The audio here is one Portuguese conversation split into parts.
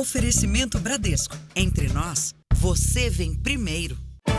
Oferecimento Bradesco. Entre nós, você vem primeiro.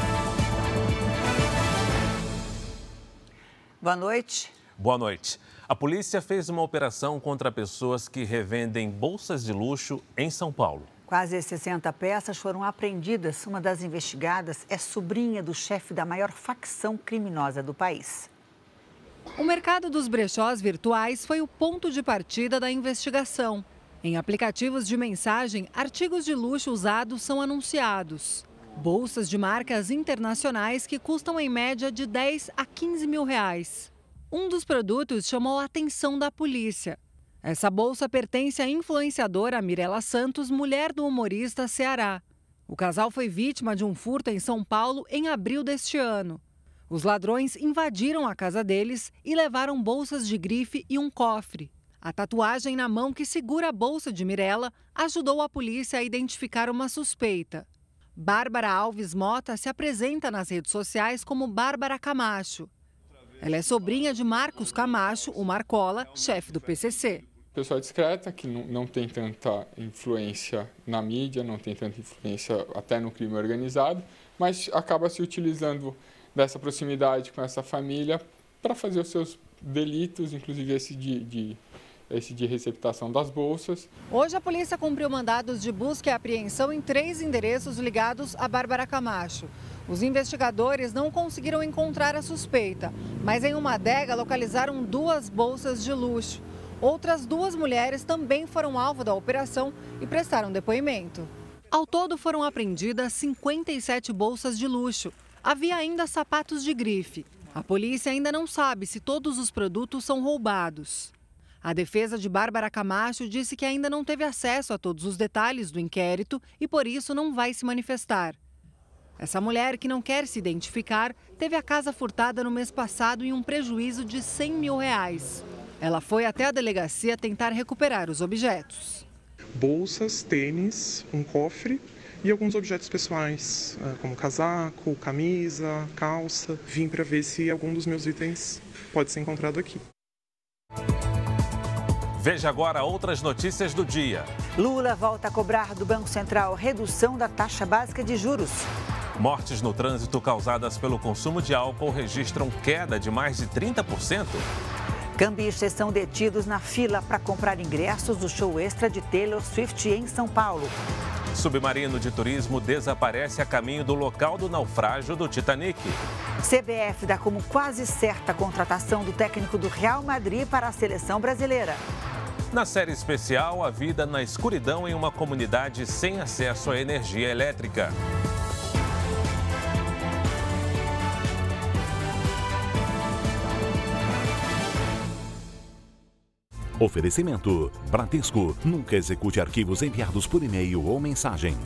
Boa noite. Boa noite. A polícia fez uma operação contra pessoas que revendem bolsas de luxo em São Paulo. Quase 60 peças foram apreendidas. Uma das investigadas é sobrinha do chefe da maior facção criminosa do país. O mercado dos brechós virtuais foi o ponto de partida da investigação. Em aplicativos de mensagem, artigos de luxo usados são anunciados. Bolsas de marcas internacionais que custam em média de 10 a 15 mil reais. Um dos produtos chamou a atenção da polícia. Essa bolsa pertence à influenciadora Mirella Santos, mulher do humorista Ceará. O casal foi vítima de um furto em São Paulo em abril deste ano. Os ladrões invadiram a casa deles e levaram bolsas de grife e um cofre. A tatuagem na mão que segura a bolsa de Mirella ajudou a polícia a identificar uma suspeita. Bárbara Alves Mota se apresenta nas redes sociais como Bárbara Camacho. Ela é sobrinha de Marcos Camacho, o Marcola, chefe do PCC. Pessoa discreta, que não tem tanta influência na mídia, não tem tanta influência até no crime organizado, mas acaba se utilizando dessa proximidade com essa família para fazer os seus delitos, inclusive esse de receptação das bolsas. Hoje a polícia cumpriu mandados de busca e apreensão em 3 endereços ligados a Bárbara Camacho. Os investigadores não conseguiram encontrar a suspeita, mas em uma adega localizaram 2 bolsas de luxo. Outras 2 mulheres também foram alvo da operação e prestaram depoimento. Ao todo foram apreendidas 57 bolsas de luxo. Havia ainda sapatos de grife. A polícia ainda não sabe se todos os produtos são roubados. A defesa de Bárbara Camacho disse que ainda não teve acesso a todos os detalhes do inquérito e, por isso, não vai se manifestar. Essa mulher, que não quer se identificar, teve a casa furtada no mês passado em um prejuízo de 100 mil reais. Ela foi até a delegacia tentar recuperar os objetos. Bolsas, tênis, um cofre e alguns objetos pessoais, como casaco, camisa, calça. Vim para ver se algum dos meus itens pode ser encontrado aqui. Veja agora outras notícias do dia. Lula volta a cobrar do Banco Central redução da taxa básica de juros. Mortes no trânsito causadas pelo consumo de álcool registram queda de mais de 30%. Cambistas são detidos na fila para comprar ingressos do show extra de Taylor Swift em São Paulo. Submarino de turismo desaparece a caminho do local do naufrágio do Titanic. CBF dá como quase certa a contratação do técnico do Real Madrid para a seleção brasileira. Na série especial, a vida na escuridão em uma comunidade sem acesso à energia elétrica. Oferecimento: Bradesco. Nunca execute arquivos enviados por e-mail ou mensagem.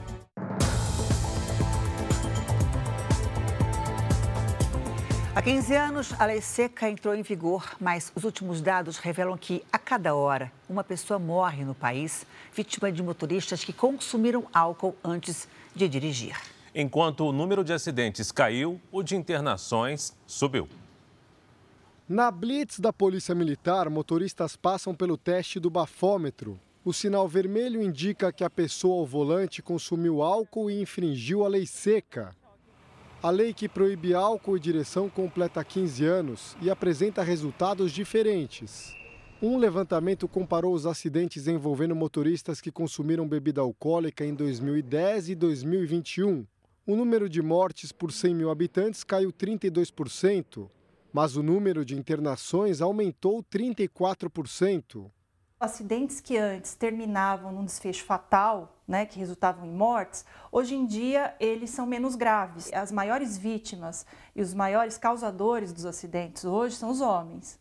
Há 15 anos, a lei seca entrou em vigor, mas os últimos dados revelam que, a cada hora, uma pessoa morre no país vítima de motoristas que consumiram álcool antes de dirigir. Enquanto o número de acidentes caiu, o de internações subiu. Na blitz da Polícia Militar, motoristas passam pelo teste do bafômetro. O sinal vermelho indica que a pessoa ao volante consumiu álcool e infringiu a lei seca. A lei que proíbe álcool e direção completa 15 anos e apresenta resultados diferentes. Um levantamento comparou os acidentes envolvendo motoristas que consumiram bebida alcoólica em 2010 e 2021. O número de mortes por 100 mil habitantes caiu 32%. Mas o número de internações aumentou 34%. Acidentes que antes terminavam num desfecho fatal, que resultavam em mortes, hoje em dia eles são menos graves. As maiores vítimas e os maiores causadores dos acidentes hoje são os homens.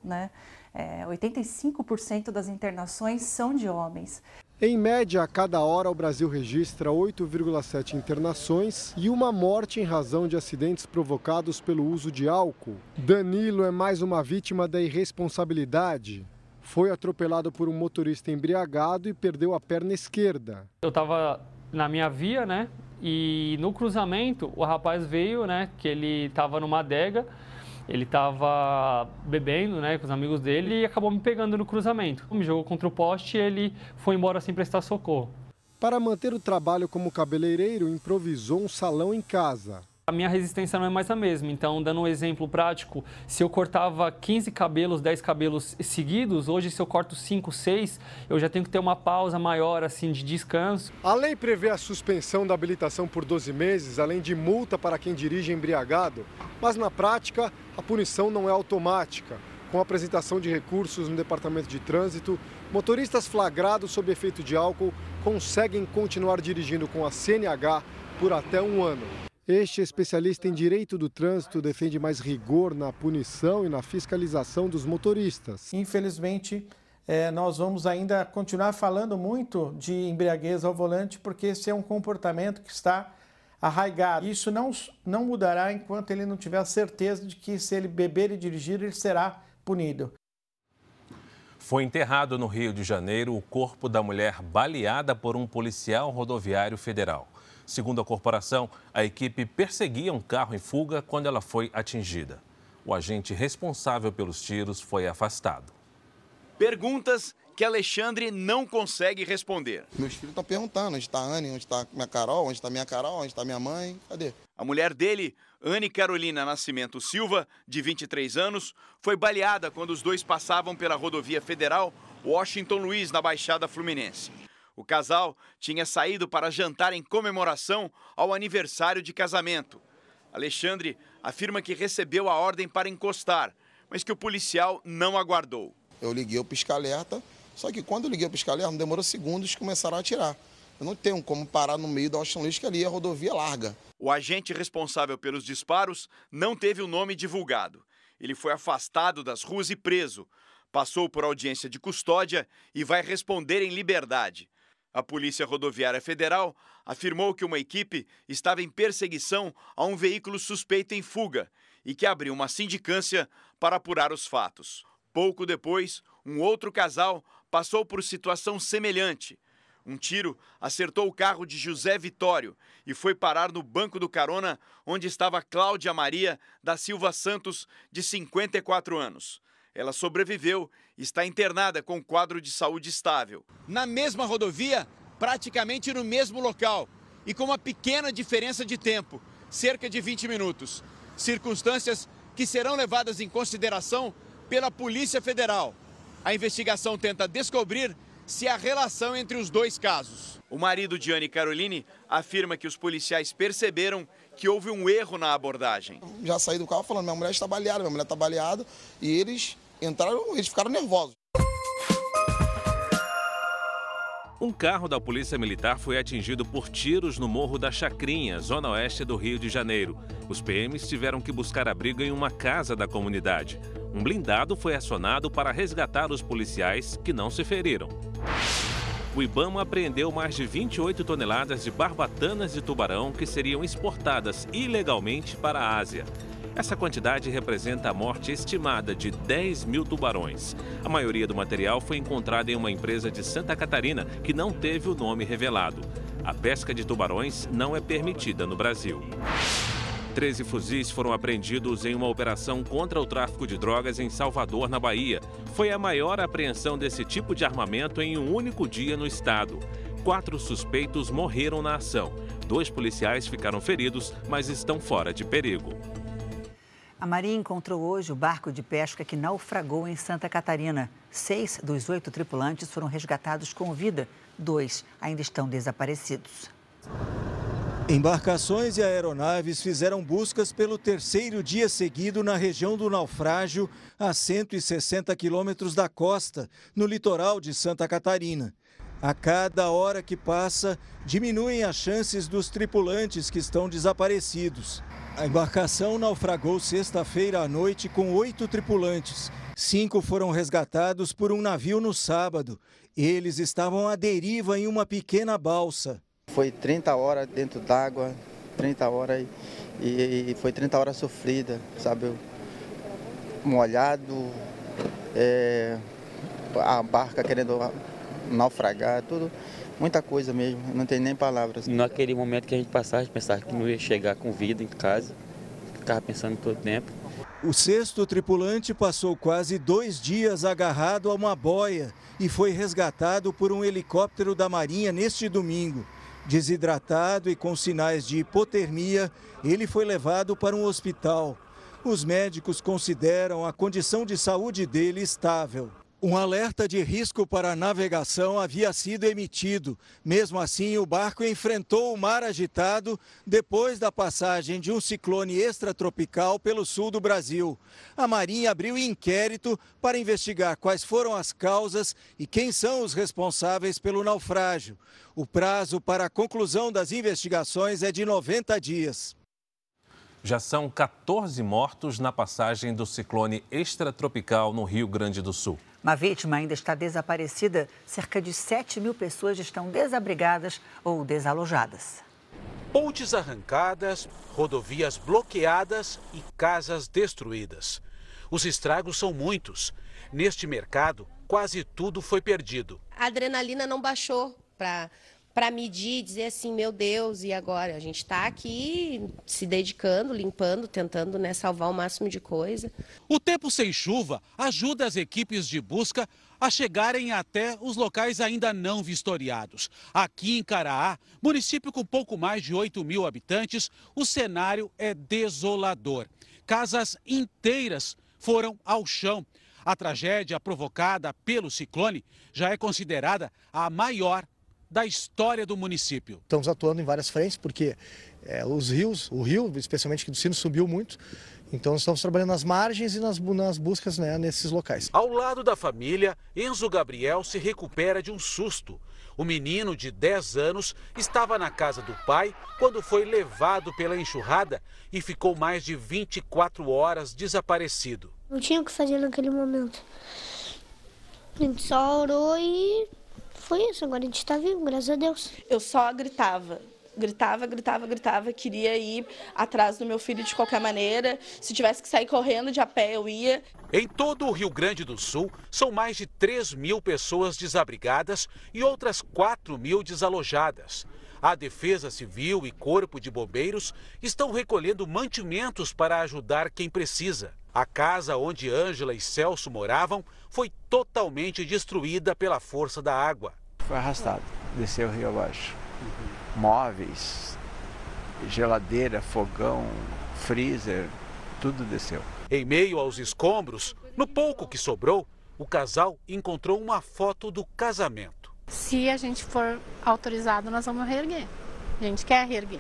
85% das internações são de homens. Em média, a cada hora, o Brasil registra 8,7 internações e uma morte em razão de acidentes provocados pelo uso de álcool. Danilo é mais uma vítima da irresponsabilidade. Foi atropelado por um motorista embriagado e perdeu a perna esquerda. Eu estava na minha via, e no cruzamento o rapaz veio, que ele estava numa adega. Ele estava bebendo, com os amigos dele e acabou me pegando no cruzamento. Me jogou contra o poste e ele foi embora sem prestar socorro. Para manter o trabalho como cabeleireiro, improvisou um salão em casa. A minha resistência não é mais a mesma, então, dando um exemplo prático, se eu cortava 15 cabelos, 10 cabelos seguidos, hoje se eu corto 5, 6, eu já tenho que ter uma pausa maior, assim, de descanso. A lei prevê a suspensão da habilitação por 12 meses, além de multa para quem dirige embriagado, mas na prática, a punição não é automática. Com a apresentação de recursos no Departamento de Trânsito, motoristas flagrados sob efeito de álcool conseguem continuar dirigindo com a CNH por até 1 ano. Este especialista em direito do trânsito defende mais rigor na punição e na fiscalização dos motoristas. Infelizmente, nós vamos ainda continuar falando muito de embriaguez ao volante, porque esse é um comportamento que está arraigado. Isso não mudará enquanto ele não tiver a certeza de que, se ele beber e dirigir, ele será punido. Foi enterrado no Rio de Janeiro o corpo da mulher baleada por um policial rodoviário federal. Segundo a corporação, a equipe perseguia um carro em fuga quando ela foi atingida. O agente responsável pelos tiros foi afastado. Perguntas que Alexandre não consegue responder. Meus filhos estão perguntando onde está a Anne, onde está minha Carol, onde está minha Carol, onde está minha mãe, cadê? A mulher dele, Anne Carolina Nascimento Silva, de 23 anos, foi baleada quando os dois passavam pela rodovia federal Washington Luiz, na Baixada Fluminense. O casal tinha saído para jantar em comemoração ao aniversário de casamento. Alexandre afirma que recebeu a ordem para encostar, mas que o policial não aguardou. Eu liguei o pisca-alerta, só que quando eu liguei o pisca-alerta, não demorou segundos e começaram a atirar. Eu não tenho como parar no meio da Washington Luiz, que ali é a rodovia larga. O agente responsável pelos disparos não teve o nome divulgado. Ele foi afastado das ruas e preso. Passou por audiência de custódia e vai responder em liberdade. A Polícia Rodoviária Federal afirmou que uma equipe estava em perseguição a um veículo suspeito em fuga e que abriu uma sindicância para apurar os fatos. Pouco depois, um outro casal passou por situação semelhante. Um tiro acertou o carro de José Vitório e foi parar no banco do carona, onde estava Cláudia Maria da Silva Santos, de 54 anos. Ela sobreviveu e está internada com quadro de saúde estável. Na mesma rodovia, praticamente no mesmo local e com uma pequena diferença de tempo, cerca de 20 minutos. Circunstâncias que serão levadas em consideração pela Polícia Federal. A investigação tenta descobrir se há relação entre os dois casos. O marido de Anne Caroline afirma que os policiais perceberam que houve um erro na abordagem. Já saí do carro falando, minha mulher está baleada, e eles ficaram nervosos. Um carro da Polícia Militar foi atingido por tiros no Morro da Chacrinha, zona oeste do Rio de Janeiro. Os PMs tiveram que buscar abrigo em uma casa da comunidade. Um blindado foi acionado para resgatar os policiais, que não se feriram. O IBAMA apreendeu mais de 28 toneladas de barbatanas de tubarão que seriam exportadas ilegalmente para a Ásia. Essa quantidade representa a morte estimada de 10 mil tubarões. A maioria do material foi encontrada em uma empresa de Santa Catarina que não teve o nome revelado. A pesca de tubarões não é permitida no Brasil. 13 fuzis foram apreendidos em uma operação contra o tráfico de drogas em Salvador, na Bahia. Foi a maior apreensão desse tipo de armamento em um único dia no estado. 4 suspeitos morreram na ação. 2 policiais ficaram feridos, mas estão fora de perigo. A Marinha encontrou hoje o barco de pesca que naufragou em Santa Catarina. 6 dos 8 tripulantes foram resgatados com vida. 2 ainda estão desaparecidos. Embarcações e aeronaves fizeram buscas pelo 3º dia seguido na região do naufrágio, a 160 quilômetros da costa, no litoral de Santa Catarina. A cada hora que passa, diminuem as chances dos tripulantes que estão desaparecidos. A embarcação naufragou sexta-feira à noite com 8 tripulantes. 5 foram resgatados por um navio no sábado. Eles estavam à deriva em uma pequena balsa. Foi 30 horas dentro d'água, 30 horas e foi 30 horas sofrida, sabe? Molhado, a barca querendo naufragar, tudo, muita coisa mesmo, não tem nem palavras. Naquele momento que a gente passava, a gente pensava que não ia chegar com vida em casa, ficava pensando todo o tempo. O sexto tripulante passou quase 2 dias agarrado a uma boia e foi resgatado por um helicóptero da Marinha neste domingo. Desidratado e com sinais de hipotermia, ele foi levado para um hospital. Os médicos consideram a condição de saúde dele estável. Um alerta de risco para a navegação havia sido emitido. Mesmo assim, o barco enfrentou o mar agitado depois da passagem de um ciclone extratropical pelo sul do Brasil. A Marinha abriu inquérito para investigar quais foram as causas e quem são os responsáveis pelo naufrágio. O prazo para a conclusão das investigações é de 90 dias. Já são 14 mortos na passagem do ciclone extratropical no Rio Grande do Sul. Uma vítima ainda está desaparecida. Cerca de 7.000 pessoas estão desabrigadas ou desalojadas. Pontes arrancadas, rodovias bloqueadas e casas destruídas. Os estragos são muitos. Neste mercado, quase tudo foi perdido. A adrenalina não baixou para medir, dizer assim, meu Deus, e agora? A gente está aqui se dedicando, limpando, tentando, salvar o máximo de coisa. O tempo sem chuva ajuda as equipes de busca a chegarem até os locais ainda não vistoriados. Aqui em Caraá, município com pouco mais de 8.000 habitantes, o cenário é desolador. Casas inteiras foram ao chão. A tragédia provocada pelo ciclone já é considerada a maior da história do município. Estamos atuando em várias frentes, porque o rio, especialmente aqui do Sino, subiu muito. Então estamos trabalhando nas margens e nas buscas nesses locais. Ao lado da família, Enzo Gabriel se recupera de um susto. O menino de 10 anos estava na casa do pai quando foi levado pela enxurrada e ficou mais de 24 horas desaparecido. Não tinha o que fazer naquele momento. A gente só orou e foi isso, agora a gente está vivo, graças a Deus. Eu só gritava, queria ir atrás do meu filho de qualquer maneira. Se tivesse que sair correndo de a pé, eu ia. Em todo o Rio Grande do Sul, são mais de 3.000 pessoas desabrigadas e outras 4.000 desalojadas. A Defesa Civil e Corpo de Bombeiros estão recolhendo mantimentos para ajudar quem precisa. A casa onde Ângela e Celso moravam foi totalmente destruída pela força da água. Foi arrastado, desceu o rio abaixo. Móveis, geladeira, fogão, freezer, tudo desceu. Em meio aos escombros, no pouco que sobrou, o casal encontrou uma foto do casamento. Se a gente for autorizado, nós vamos reerguer. A gente quer reerguer.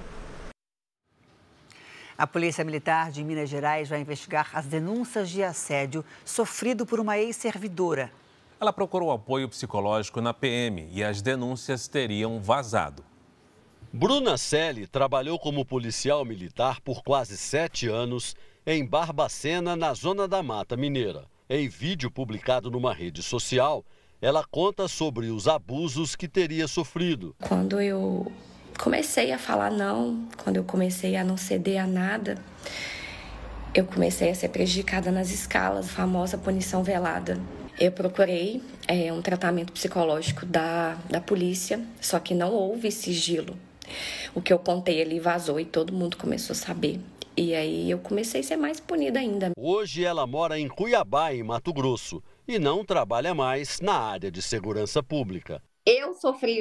A Polícia Militar de Minas Gerais vai investigar as denúncias de assédio sofrido por uma ex-servidora. Ela procurou apoio psicológico na PM e as denúncias teriam vazado. Bruna Selle trabalhou como policial militar por quase 7 anos em Barbacena, na zona da Mata Mineira. Em vídeo publicado numa rede social, ela conta sobre os abusos que teria sofrido. Quando eu comecei a falar não, quando eu comecei a não ceder a nada, eu comecei a ser prejudicada nas escalas, a famosa punição velada. Eu procurei um tratamento psicológico da polícia, só que não houve sigilo. O que eu contei ali vazou e todo mundo começou a saber. E aí eu comecei a ser mais punida ainda. Hoje ela mora em Cuiabá, em Mato Grosso, e não trabalha mais na área de segurança pública. Eu sofri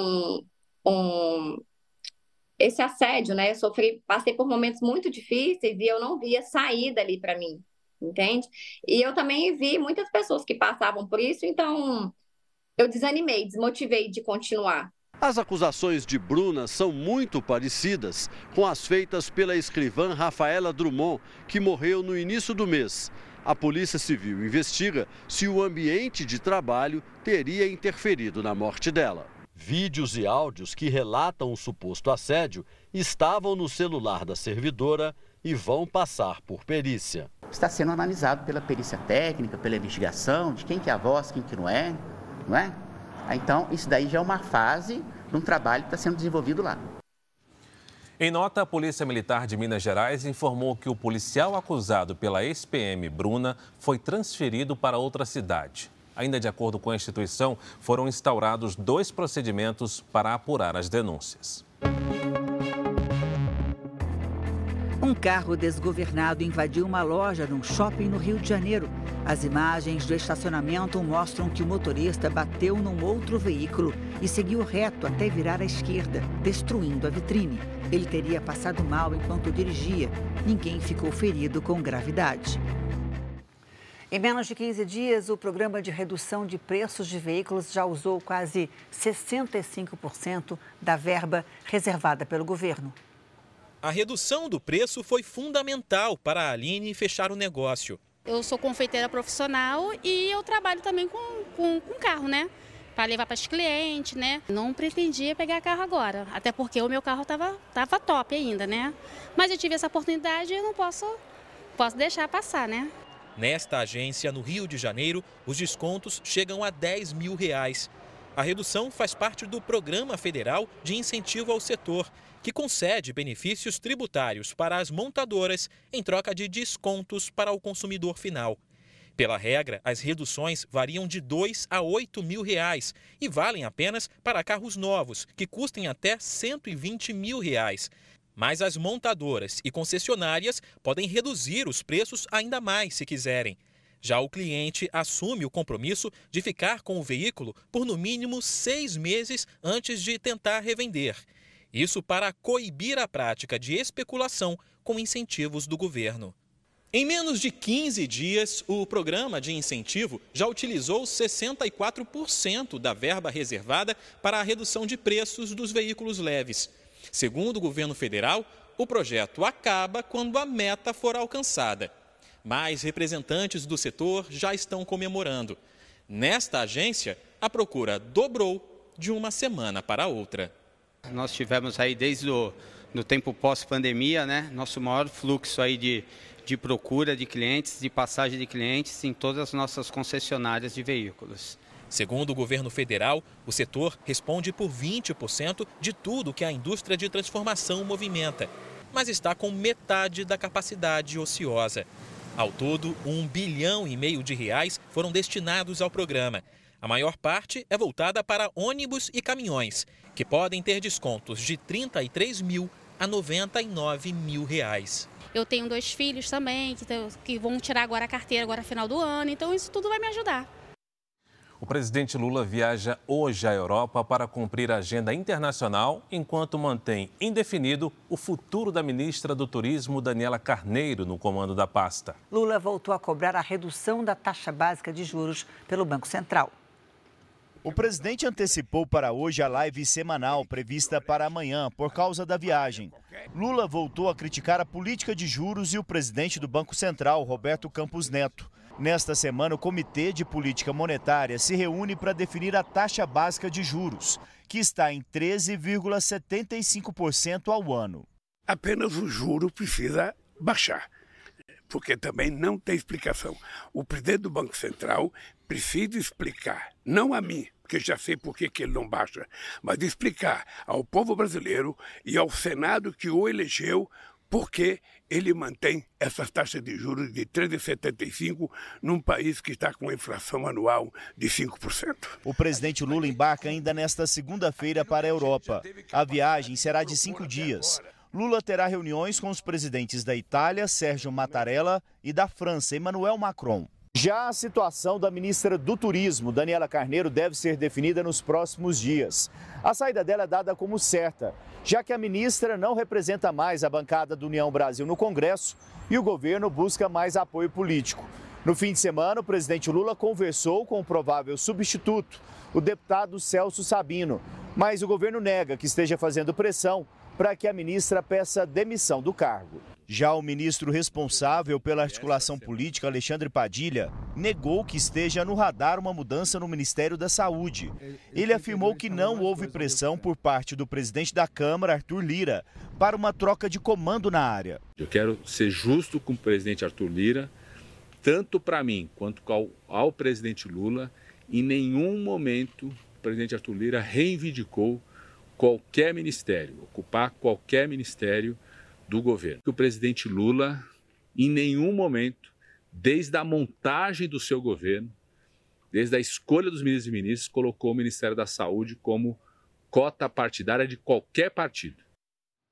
esse assédio, né? Passei por momentos muito difíceis e eu não via saída ali para mim, entende? E eu também vi muitas pessoas que passavam por isso, então eu desanimei, desmotivei de continuar. As acusações de Bruna são muito parecidas com as feitas pela escrivã Rafaela Drummond, que morreu no início do mês. A Polícia Civil investiga se o ambiente de trabalho teria interferido na morte dela. Vídeos e áudios que relatam o suposto assédio estavam no celular da servidora e vão passar por perícia. Está sendo analisado pela perícia técnica, pela investigação, de quem que é a voz, quem que não é, não é? Então, isso daí já é uma fase de um trabalho que está sendo desenvolvido lá. Em nota, a Polícia Militar de Minas Gerais informou que o policial acusado pela ex-PM Bruna foi transferido para outra cidade. Ainda de acordo com a instituição, foram instaurados 2 procedimentos para apurar as denúncias. Um carro desgovernado invadiu uma loja num shopping no Rio de Janeiro. As imagens do estacionamento mostram que o motorista bateu num outro veículo e seguiu reto até virar à esquerda, destruindo a vitrine. Ele teria passado mal enquanto dirigia. Ninguém ficou ferido com gravidade. Em menos de 15 dias, o programa de redução de preços de veículos já usou quase 65% da verba reservada pelo governo. A redução do preço foi fundamental para a Aline fechar o negócio. Eu sou confeiteira profissional e eu trabalho também com carro, né? Para levar para os clientes, né? Não pretendia pegar carro agora, até porque o meu carro estava top ainda, né? Mas eu tive essa oportunidade e eu não posso deixar passar, né? Nesta agência, no Rio de Janeiro, os descontos chegam a R$10 mil. A redução faz parte do Programa Federal de Incentivo ao Setor, que concede benefícios tributários para as montadoras em troca de descontos para o consumidor final. Pela regra, as reduções variam de R$2 a R$8 mil e valem apenas para carros novos, que custem até R$120 mil. Mas as montadoras e concessionárias podem reduzir os preços ainda mais se quiserem. Já o cliente assume o compromisso de ficar com o veículo por no mínimo 6 meses antes de tentar revender. Isso para coibir a prática de especulação com incentivos do governo. Em menos de 15 dias, o programa de incentivo já utilizou 64% da verba reservada para a redução de preços dos veículos leves. Segundo o governo federal, o projeto acaba quando a meta for alcançada. Mas representantes do setor já estão comemorando. Nesta agência, a procura dobrou de uma semana para outra. Nós tivemos aí desde o tempo pós-pandemia, né, nosso maior fluxo aí de procura de clientes, de passagem de clientes em todas as nossas concessionárias de veículos. Segundo o governo federal, o setor responde por 20% de tudo que a indústria de transformação movimenta, mas está com metade da capacidade ociosa. Ao todo, R$1,5 bilhão foram destinados ao programa. A maior parte é voltada para ônibus e caminhões, que podem ter descontos de R$33 mil a R$99 mil. Eu tenho 2 filhos também, que vão tirar agora a carteira agora no final do ano, então isso tudo vai me ajudar. O presidente Lula viaja hoje à Europa para cumprir a agenda internacional, enquanto mantém indefinido o futuro da ministra do Turismo, Daniela Carneiro, no comando da pasta. Lula voltou a cobrar a redução da taxa básica de juros pelo Banco Central. O presidente antecipou para hoje a live semanal prevista para amanhã por causa da viagem. Lula voltou a criticar a política de juros e o presidente do Banco Central, Roberto Campos Neto. Nesta semana, o Comitê de Política Monetária se reúne para definir a taxa básica de juros, que está em 13,75% ao ano. Apenas o juro precisa baixar, porque também não tem explicação. O presidente do Banco Central precisa explicar, não a mim, porque já sei por que ele não baixa, mas explicar ao povo brasileiro e ao Senado que o elegeu por que ele mantém essas taxas de juros de 13,75% num país que está com inflação anual de 5%. O presidente Lula embarca ainda nesta segunda-feira para a Europa. A viagem será de 5 dias. Lula terá reuniões com os presidentes da Itália, Sérgio Mattarella, e da França, Emmanuel Macron. Já a situação da ministra do Turismo, Daniela Carneiro, deve ser definida nos próximos dias. A saída dela é dada como certa, já que a ministra não representa mais a bancada do União Brasil no Congresso e o governo busca mais apoio político. No fim de semana, o presidente Lula conversou com o provável substituto, o deputado Celso Sabino, mas o governo nega que esteja fazendo pressão para que a ministra peça demissão do cargo. Já o ministro responsável pela articulação política, Alexandre Padilha, negou que esteja no radar uma mudança no Ministério da Saúde. Ele afirmou que não houve pressão por parte do presidente da Câmara, Arthur Lira, para uma troca de comando na área. Eu quero ser justo com o presidente Arthur Lira, tanto para mim quanto ao presidente Lula. Em nenhum momento o presidente Arthur Lira reivindicou qualquer ministério, ocupar qualquer ministério do governo. O presidente Lula, em nenhum momento, desde a montagem do seu governo, desde a escolha dos ministros e ministras, colocou o Ministério da Saúde como cota partidária de qualquer partido.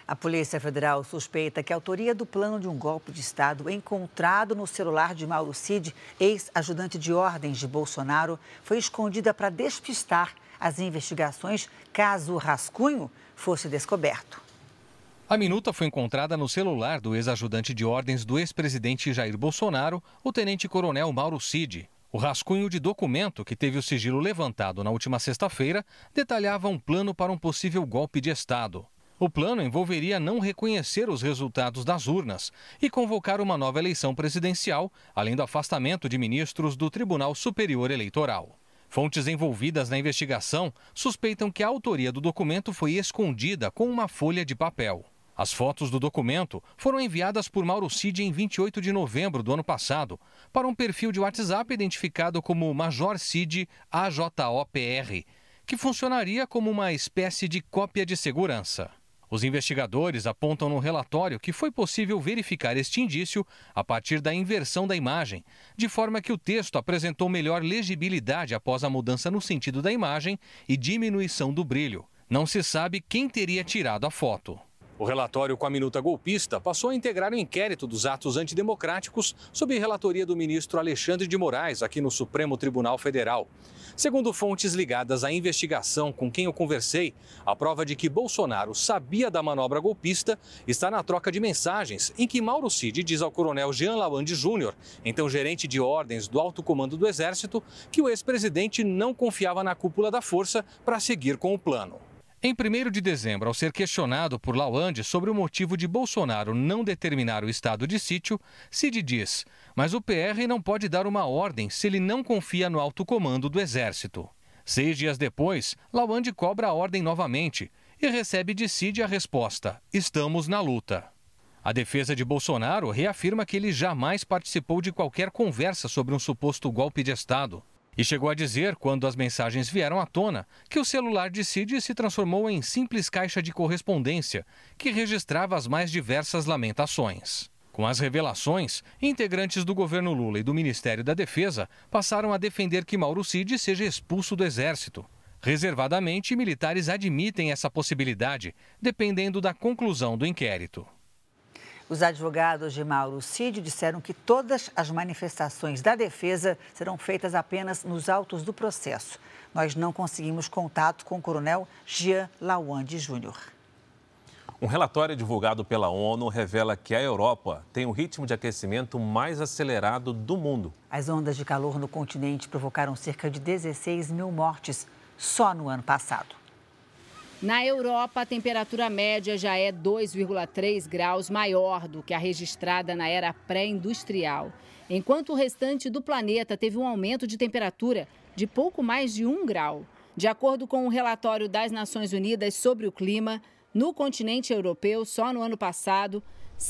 A Polícia Federal suspeita que a autoria do plano de um golpe de Estado encontrado no celular de Mauro Cid, ex-ajudante de ordens de Bolsonaro, foi escondida para despistar as investigações caso o rascunho fosse descoberto. A minuta foi encontrada no celular do ex-ajudante de ordens do ex-presidente Jair Bolsonaro, o tenente-coronel Mauro Cid. O rascunho de documento, que teve o sigilo levantado na última sexta-feira, detalhava um plano para um possível golpe de Estado. O plano envolveria não reconhecer os resultados das urnas e convocar uma nova eleição presidencial, além do afastamento de ministros do Tribunal Superior Eleitoral. Fontes envolvidas na investigação suspeitam que a autoria do documento foi escondida com uma folha de papel. As fotos do documento foram enviadas por Mauro Cid em 28 de novembro do ano passado para um perfil de WhatsApp identificado como Major Cid AJOPR, que funcionaria como uma espécie de cópia de segurança. Os investigadores apontam no relatório que foi possível verificar este indício a partir da inversão da imagem, de forma que o texto apresentou melhor legibilidade após a mudança no sentido da imagem e diminuição do brilho. Não se sabe quem teria tirado a foto. O relatório com a minuta golpista passou a integrar o inquérito dos atos antidemocráticos sob relatoria do ministro Alexandre de Moraes, aqui no Supremo Tribunal Federal. Segundo fontes ligadas à investigação com quem eu conversei, a prova de que Bolsonaro sabia da manobra golpista está na troca de mensagens em que Mauro Cid diz ao coronel Jean Lawande Júnior, então gerente de ordens do alto comando do Exército, que o ex-presidente não confiava na cúpula da força para seguir com o plano. Em 1º de dezembro, ao ser questionado por Lawande sobre o motivo de Bolsonaro não determinar o estado de sítio, Cid diz: mas o PR não pode dar uma ordem se ele não confia no alto comando do Exército. 6 dias depois, Lawande cobra a ordem novamente e recebe de Cid a resposta: estamos na luta. A defesa de Bolsonaro reafirma que ele jamais participou de qualquer conversa sobre um suposto golpe de Estado. E chegou a dizer, quando as mensagens vieram à tona, que o celular de Cid se transformou em simples caixa de correspondência, que registrava as mais diversas lamentações. Com as revelações, integrantes do governo Lula e do Ministério da Defesa passaram a defender que Mauro Cid seja expulso do Exército. Reservadamente, militares admitem essa possibilidade, dependendo da conclusão do inquérito. Os advogados de Mauro Cid disseram que todas as manifestações da defesa serão feitas apenas nos autos do processo. Nós não conseguimos contato com o coronel Jean Lawande Júnior. Um relatório divulgado pela ONU revela que a Europa tem o ritmo de aquecimento mais acelerado do mundo. As ondas de calor no continente provocaram cerca de 16 mil mortes só no ano passado. Na Europa, a temperatura média já é 2,3 graus maior do que a registrada na era pré-industrial, enquanto o restante do planeta teve um aumento de temperatura de pouco mais de 1 grau. De acordo com um relatório das Nações Unidas sobre o clima, no continente europeu, só no ano passado,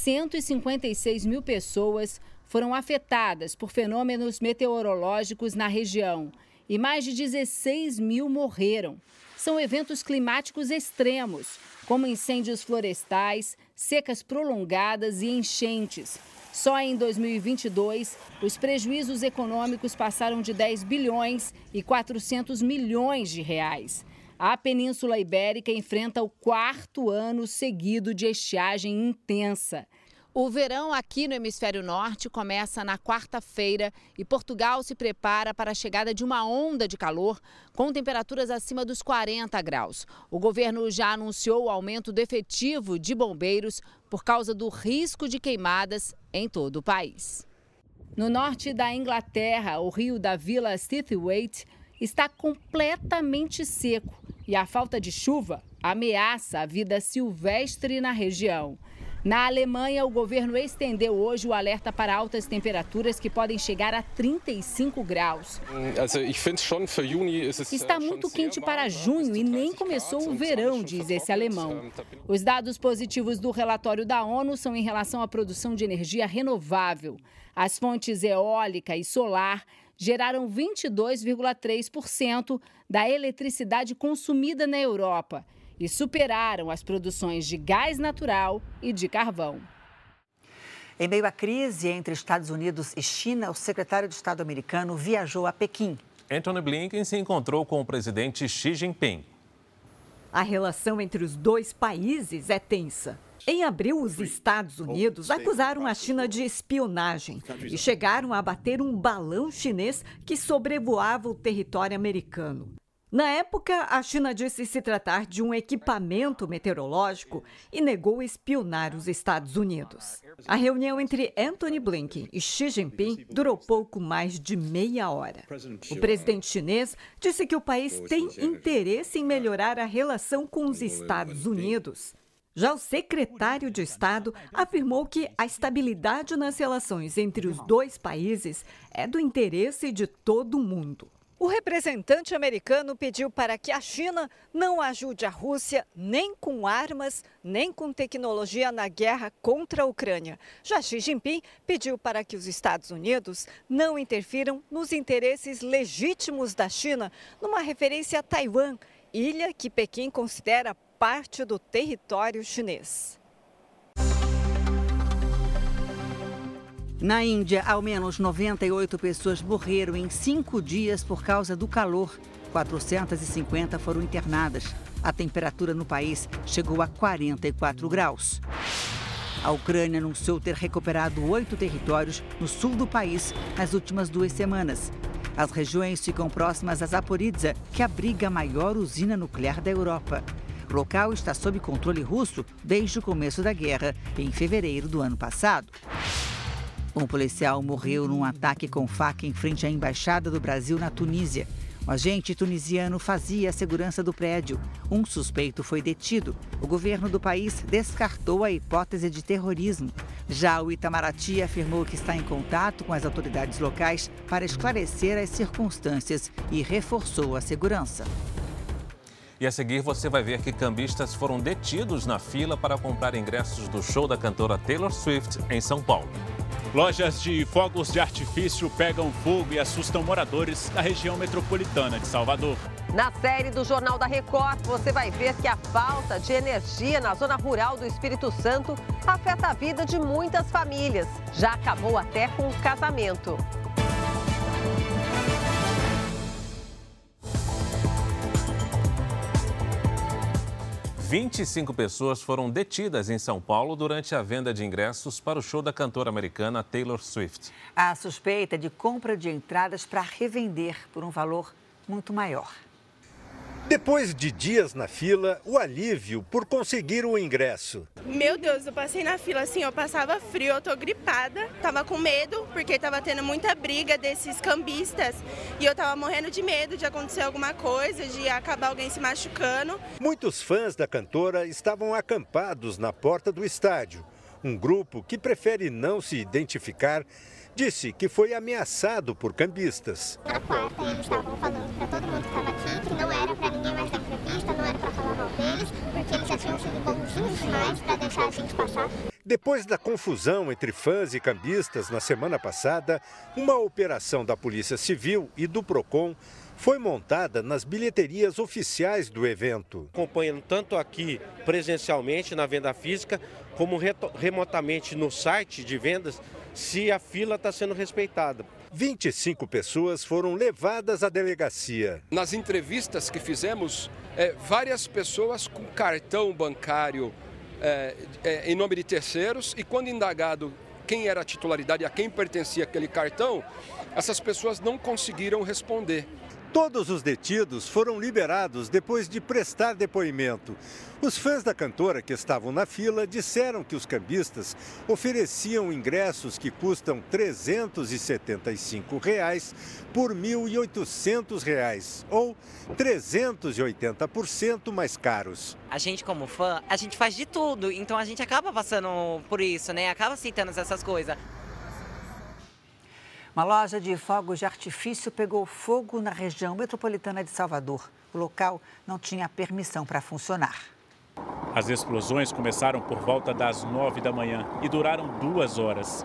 156 mil pessoas foram afetadas por fenômenos meteorológicos na região e mais de 16 mil morreram. São eventos climáticos extremos, como incêndios florestais, secas prolongadas e enchentes. Só em 2022, os prejuízos econômicos passaram de 10 bilhões e 400 milhões de reais. A Península Ibérica enfrenta o 4º ano seguido de estiagem intensa. O verão aqui no Hemisfério Norte começa na quarta-feira e Portugal se prepara para a chegada de uma onda de calor com temperaturas acima dos 40 graus. O governo já anunciou o aumento do efetivo de bombeiros por causa do risco de queimadas em todo o país. No norte da Inglaterra, o rio da Vila Stithwaite está completamente seco e a falta de chuva ameaça a vida silvestre na região. Na Alemanha, o governo estendeu hoje o alerta para altas temperaturas que podem chegar a 35 graus. Está muito quente para junho e nem começou o verão, diz esse alemão. Os dados positivos do relatório da ONU são em relação à produção de energia renovável. As fontes eólica e solar geraram 22,3% da eletricidade consumida na Europa e superaram as produções de gás natural e de carvão. Em meio à crise entre Estados Unidos e China, o secretário de Estado americano viajou a Pequim. Antony Blinken se encontrou com o presidente Xi Jinping. A relação entre os dois países é tensa. Em abril, os Estados Unidos acusaram a China de espionagem e chegaram a abater um balão chinês que sobrevoava o território americano. Na época, a China disse se tratar de um equipamento meteorológico e negou espionar os Estados Unidos. A reunião entre Antony Blinken e Xi Jinping durou pouco mais de meia hora. O presidente chinês disse que o país tem interesse em melhorar a relação com os Estados Unidos. Já o secretário de Estado afirmou que a estabilidade nas relações entre os dois países é do interesse de todo mundo. O representante americano pediu para que a China não ajude a Rússia nem com armas, nem com tecnologia na guerra contra a Ucrânia. Já Xi Jinping pediu para que os Estados Unidos não interfiram nos interesses legítimos da China, numa referência a Taiwan, ilha que Pequim considera parte do território chinês. Na Índia, ao menos 98 pessoas morreram em 5 dias por causa do calor. 450 foram internadas. A temperatura no país chegou a 44 graus. A Ucrânia anunciou ter recuperado 8 territórios no sul do país nas últimas 2 semanas. As regiões ficam próximas a Zaporizhzhia, que abriga a maior usina nuclear da Europa. O local está sob controle russo desde o começo da guerra, em fevereiro do ano passado. Um policial morreu num ataque com faca em frente à Embaixada do Brasil na Tunísia. O agente tunisiano fazia a segurança do prédio. Um suspeito foi detido. O governo do país descartou a hipótese de terrorismo. Já o Itamaraty afirmou que está em contato com as autoridades locais para esclarecer as circunstâncias e reforçou a segurança. E a seguir você vai ver que cambistas foram detidos na fila para comprar ingressos do show da cantora Taylor Swift em São Paulo. Lojas de fogos de artifício pegam fogo e assustam moradores da região metropolitana de Salvador. Na série do Jornal da Record, você vai ver que a falta de energia na zona rural do Espírito Santo afeta a vida de muitas famílias. Já acabou até com o casamento. – 25 pessoas foram detidas em São Paulo durante a venda de ingressos para o show da cantora americana Taylor Swift. A suspeita de compra de entradas para revender por um valor muito maior. Depois de dias na fila, o alívio por conseguir o ingresso. Meu Deus, eu passei na fila assim, eu passava frio, eu tô gripada. Tava com medo, porque tava tendo muita briga desses cambistas. E eu tava morrendo de medo de acontecer alguma coisa, de acabar alguém se machucando. Muitos fãs da cantora estavam acampados na porta do estádio. Um grupo que prefere não se identificar disse que foi ameaçado por cambistas. Na quarta, eles estavam falando para todo mundo que estava aqui que não era para ninguém mais da entrevista, não era para falar mal deles, porque eles já tinham sido bonzinhos demais para deixar a gente passar. Depois da confusão entre fãs e cambistas na semana passada, uma operação da Polícia Civil e do Procon foi montada nas bilheterias oficiais do evento. Acompanhando tanto aqui presencialmente na venda física, como remotamente no site de vendas, se a fila está sendo respeitada. 25 pessoas foram levadas à delegacia. Nas entrevistas que fizemos, várias pessoas com cartão bancário em nome de terceiros, e quando indagado quem era a titularidade, a quem pertencia aquele cartão, essas pessoas não conseguiram responder. Todos os detidos foram liberados depois de prestar depoimento. Os fãs da cantora que estavam na fila disseram que os cambistas ofereciam ingressos que custam R$ 375 por R$ 1.800, ou 380% mais caros. A gente, como fã, a gente faz de tudo, então a gente acaba passando por isso, né? Acaba aceitando essas coisas. Uma loja de fogos de artifício pegou fogo na região metropolitana de Salvador. O local não tinha permissão para funcionar. As explosões começaram por volta das 9 da manhã e duraram 2 horas.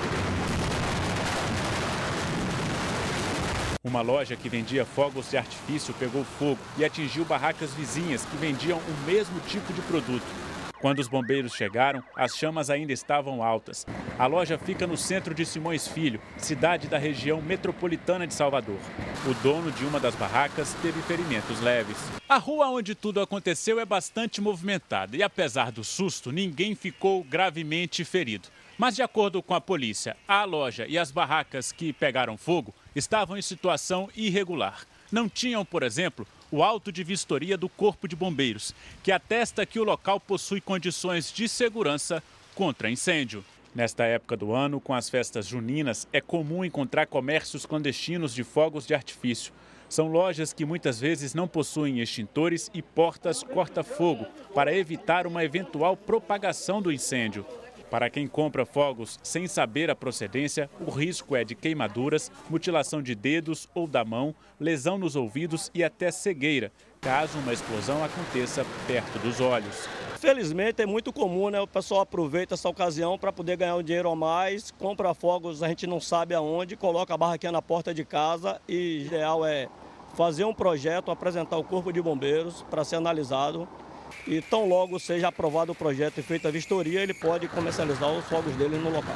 Uma loja que vendia fogos de artifício pegou fogo e atingiu barracas vizinhas que vendiam o mesmo tipo de produto. Quando os bombeiros chegaram, as chamas ainda estavam altas. A loja fica no centro de Simões Filho, cidade da região metropolitana de Salvador. O dono de uma das barracas teve ferimentos leves. A rua onde tudo aconteceu é bastante movimentada e, apesar do susto, ninguém ficou gravemente ferido. Mas, de acordo com a polícia, a loja e as barracas que pegaram fogo estavam em situação irregular. Não tinham, por exemplo, o auto de vistoria do Corpo de Bombeiros, que atesta que o local possui condições de segurança contra incêndio. Nesta época do ano, com as festas juninas, é comum encontrar comércios clandestinos de fogos de artifício. São lojas que muitas vezes não possuem extintores e portas corta-fogo para evitar uma eventual propagação do incêndio. Para quem compra fogos sem saber a procedência, o risco é de queimaduras, mutilação de dedos ou da mão, lesão nos ouvidos e até cegueira, caso uma explosão aconteça perto dos olhos. Felizmente é muito comum, né? O pessoal aproveita essa ocasião para poder ganhar um dinheiro a mais, compra fogos, a gente não sabe aonde, coloca a barraquinha na porta de casa e o ideal é fazer um projeto, apresentar ao Corpo de Bombeiros para ser analisado. E tão logo seja aprovado o projeto e feita a vistoria, ele pode comercializar os fogos dele no local.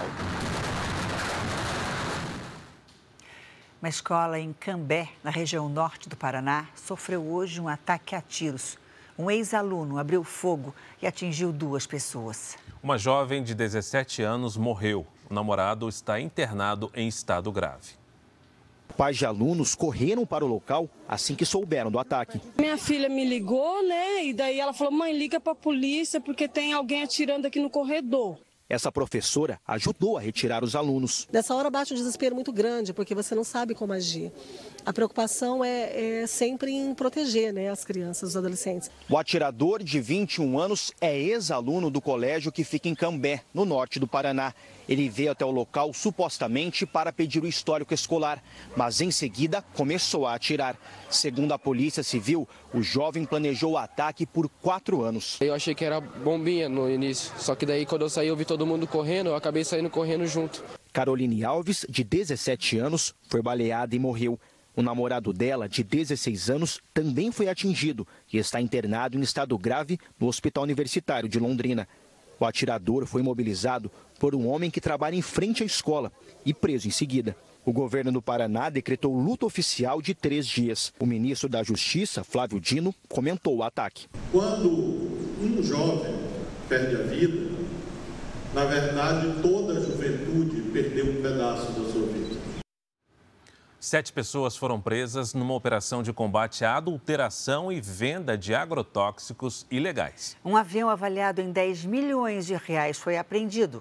Uma escola em Cambé, na região norte do Paraná, sofreu hoje um ataque a tiros. Um ex-aluno abriu fogo e atingiu 2 pessoas. Uma jovem de 17 anos morreu. O namorado está internado em estado grave. Pais de alunos correram para o local assim que souberam do ataque. Minha filha me ligou, né? E daí ela falou: mãe, liga para a polícia porque tem alguém atirando aqui no corredor. Essa professora ajudou a retirar os alunos. Nessa hora bate um desespero muito grande, porque você não sabe como agir. A preocupação é sempre em proteger, né, as crianças, os adolescentes. O atirador, de 21 anos, é ex-aluno do colégio que fica em Cambé, no norte do Paraná. Ele veio até o local supostamente para pedir o histórico escolar, mas em seguida começou a atirar. Segundo a Polícia Civil, o jovem planejou o ataque por 4 anos. Eu achei que era bombinha no início, só que daí quando eu saí eu vi todo mundo correndo, eu acabei saindo correndo junto. Caroline Alves, de 17 anos, foi baleada e morreu. O namorado dela, de 16 anos, também foi atingido e está internado em estado grave no Hospital Universitário de Londrina. O atirador foi imobilizado por um homem que trabalha em frente à escola e preso em seguida. O governo do Paraná decretou luto oficial de 3 dias. O ministro da Justiça, Flávio Dino, comentou o ataque. Quando um jovem perde a vida, na verdade toda a juventude perdeu um pedaço da sua vida. 7 pessoas foram presas numa operação de combate à adulteração e venda de agrotóxicos ilegais. Um avião avaliado em 10 milhões de reais foi apreendido.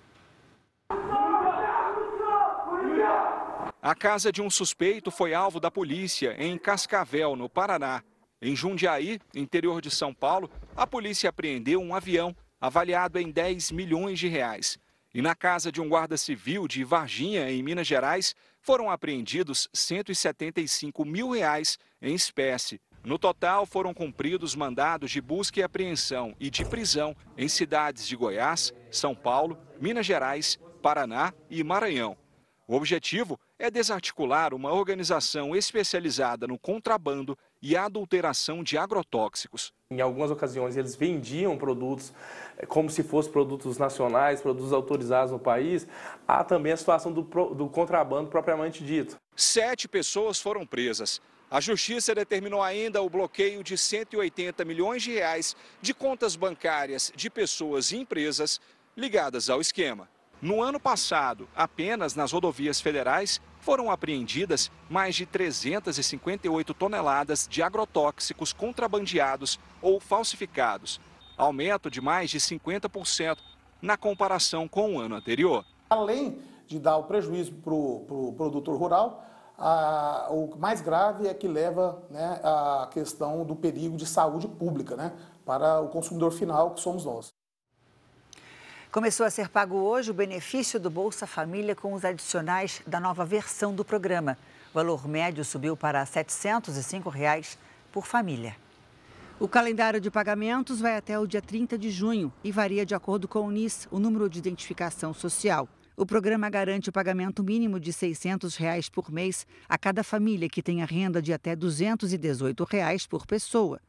A casa de um suspeito foi alvo da polícia em Cascavel, no Paraná. Em Jundiaí, interior de São Paulo, a polícia apreendeu um avião avaliado em 10 milhões de reais. E na casa de um guarda civil de Varginha, em Minas Gerais, foram apreendidos R$ 175 mil em espécie. No total, foram cumpridos mandados de busca e apreensão e de prisão em cidades de Goiás, São Paulo, Minas Gerais, Paraná e Maranhão. O objetivo é desarticular uma organização especializada no contrabando e adulteração de agrotóxicos. Em algumas ocasiões, eles vendiam produtos como se fossem produtos nacionais, produtos autorizados no país. Há também a situação do contrabando propriamente dito. 7 pessoas foram presas. A Justiça determinou ainda o bloqueio de R$ 180 milhões de contas bancárias de pessoas e empresas ligadas ao esquema. No ano passado, apenas nas rodovias federais, foram apreendidas mais de 358 toneladas de agrotóxicos contrabandeados ou falsificados, aumento de mais de 50% na comparação com o ano anterior. Além de dar o prejuízo para o produtor rural, o mais grave é que leva, né, a questão do perigo de saúde pública, né, para o consumidor final, que somos nós. Começou a ser pago hoje o benefício do Bolsa Família com os adicionais da nova versão do programa. O valor médio subiu para R$ 705 por família. O calendário de pagamentos vai até o dia 30 de junho e varia de acordo com o NIS, o número de identificação social. O programa garante o pagamento mínimo de R$ 600 por mês a cada família que tenha renda de até R$ 218 por pessoa.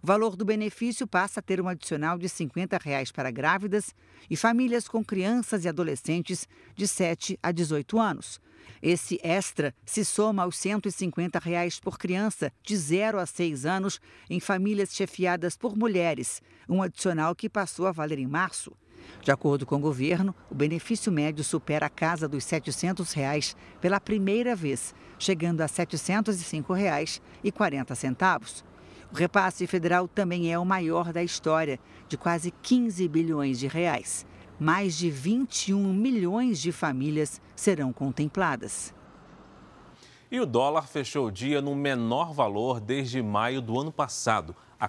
O valor do benefício passa a ter um adicional de R$ 50 para grávidas e famílias com crianças e adolescentes de 7 a 18 anos. Esse extra se soma aos R$ 150 por criança de 0 a 6 anos em famílias chefiadas por mulheres, um adicional que passou a valer em março. De acordo com o governo, o benefício médio supera a casa dos R$ 700 pela primeira vez, chegando a R$ 705,40. O repasse federal também é o maior da história, de quase 15 bilhões de reais. Mais de 21 milhões de famílias serão contempladas. E o dólar fechou o dia no menor valor desde maio do ano passado, a R$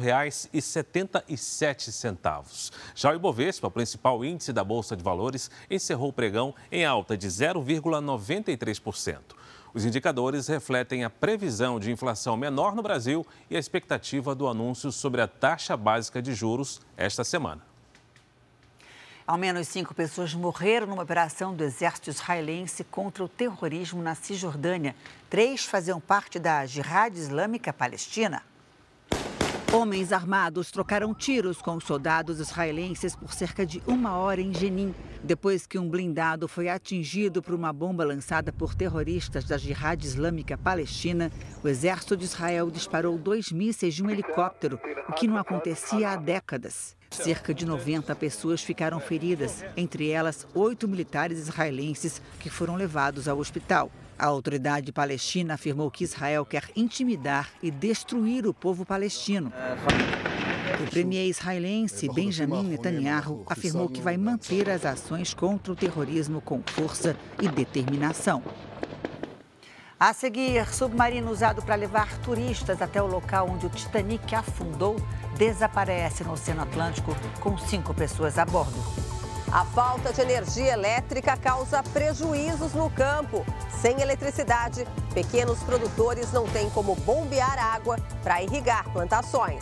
4,77. Já o Ibovespa, o principal índice da Bolsa de Valores, encerrou o pregão em alta de 0,93%. Os indicadores refletem a previsão de inflação menor no Brasil e a expectativa do anúncio sobre a taxa básica de juros esta semana. Ao menos 5 pessoas morreram numa operação do exército israelense contra o terrorismo na Cisjordânia. 3 faziam parte da Jihad Islâmica Palestina. Homens armados trocaram tiros com os soldados israelenses por cerca de 1 hora em Jenin, depois que um blindado foi atingido por uma bomba lançada por terroristas da Jihad Islâmica Palestina. O exército de Israel disparou 2 mísseis de um helicóptero, o que não acontecia há décadas. Cerca de 90 pessoas ficaram feridas, entre elas 8 militares israelenses que foram levados ao hospital. A autoridade palestina afirmou que Israel quer intimidar e destruir o povo palestino. O premier israelense Benjamin Netanyahu afirmou que vai manter as ações contra o terrorismo com força e determinação. A seguir, submarino usado para levar turistas até o local onde o Titanic afundou desaparece no Oceano Atlântico com 5 pessoas a bordo. A falta de energia elétrica causa prejuízos no campo. Sem eletricidade, pequenos produtores não têm como bombear água para irrigar plantações.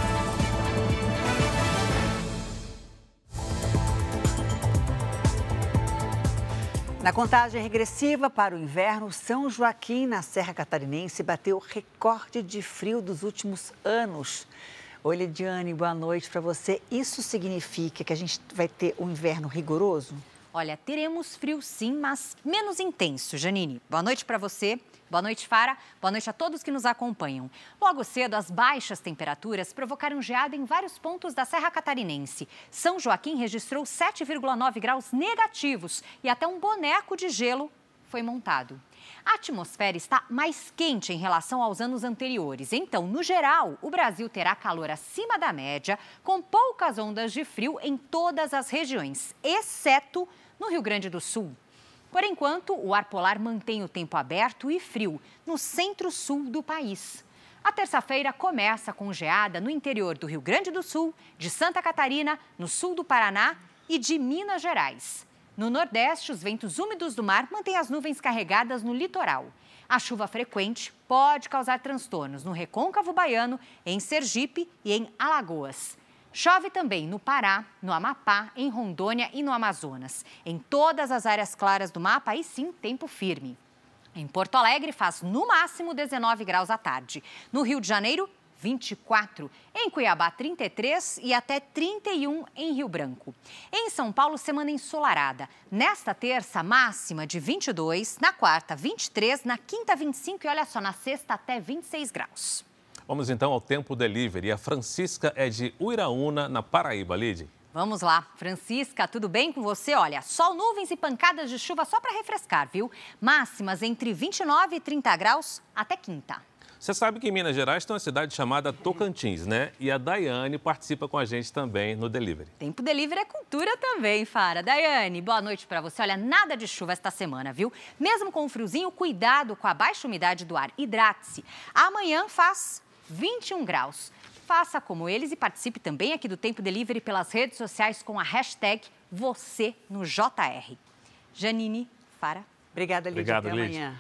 Na contagem regressiva para o inverno, São Joaquim, na Serra Catarinense, bateu o recorde de frio dos últimos anos. Oi, Lidiane, boa noite para você. Isso significa que a gente vai ter um inverno rigoroso? Olha, teremos frio sim, mas menos intenso, Janine. Boa noite para você. Boa noite, Fara. Boa noite a todos que nos acompanham. Logo cedo, as baixas temperaturas provocaram geada em vários pontos da Serra Catarinense. São Joaquim registrou 7,9 graus negativos e até um boneco de gelo foi montado. A atmosfera está mais quente em relação aos anos anteriores. Então, no geral, o Brasil terá calor acima da média, com poucas ondas de frio em todas as regiões, exceto no Rio Grande do Sul. Por enquanto, o ar polar mantém o tempo aberto e frio no centro-sul do país. A terça-feira começa com geada no interior do Rio Grande do Sul, de Santa Catarina, no sul do Paraná e de Minas Gerais. No Nordeste, os ventos úmidos do mar mantêm as nuvens carregadas no litoral. A chuva frequente pode causar transtornos no Recôncavo Baiano, em Sergipe e em Alagoas. Chove também no Pará, no Amapá, em Rondônia e no Amazonas. Em todas as áreas claras do mapa, aí sim, tempo firme. Em Porto Alegre, faz no máximo 19 graus à tarde. No Rio de Janeiro, 24. Em Cuiabá, 33 e até 31 em Rio Branco. Em São Paulo, semana ensolarada. Nesta terça, máxima de 22. Na quarta, 23. Na quinta, 25. E olha só, na sexta, até 26 graus. Vamos então ao Tempo Delivery. A Francisca é de Uiraúna, na Paraíba. Lide. Vamos lá. Francisca, tudo bem com você? Olha, sol, nuvens e pancadas de chuva só para refrescar, viu? Máximas entre 29 e 30 graus até quinta. Você sabe que em Minas Gerais tem uma cidade chamada Tocantins, né? E a Daiane participa com a gente também no Delivery. Tempo Delivery é cultura também, Fara. Daiane, boa noite para você. Olha, nada de chuva esta semana, viu? Mesmo com o friozinho, cuidado com a baixa umidade do ar. Hidrate-se. Amanhã faz 21 graus. Faça como eles e participe também aqui do Tempo Delivery pelas redes sociais com a hashtag #VocêNoJR. Janine, Fara. Obrigada, Lídia. Obrigado, até amanhã.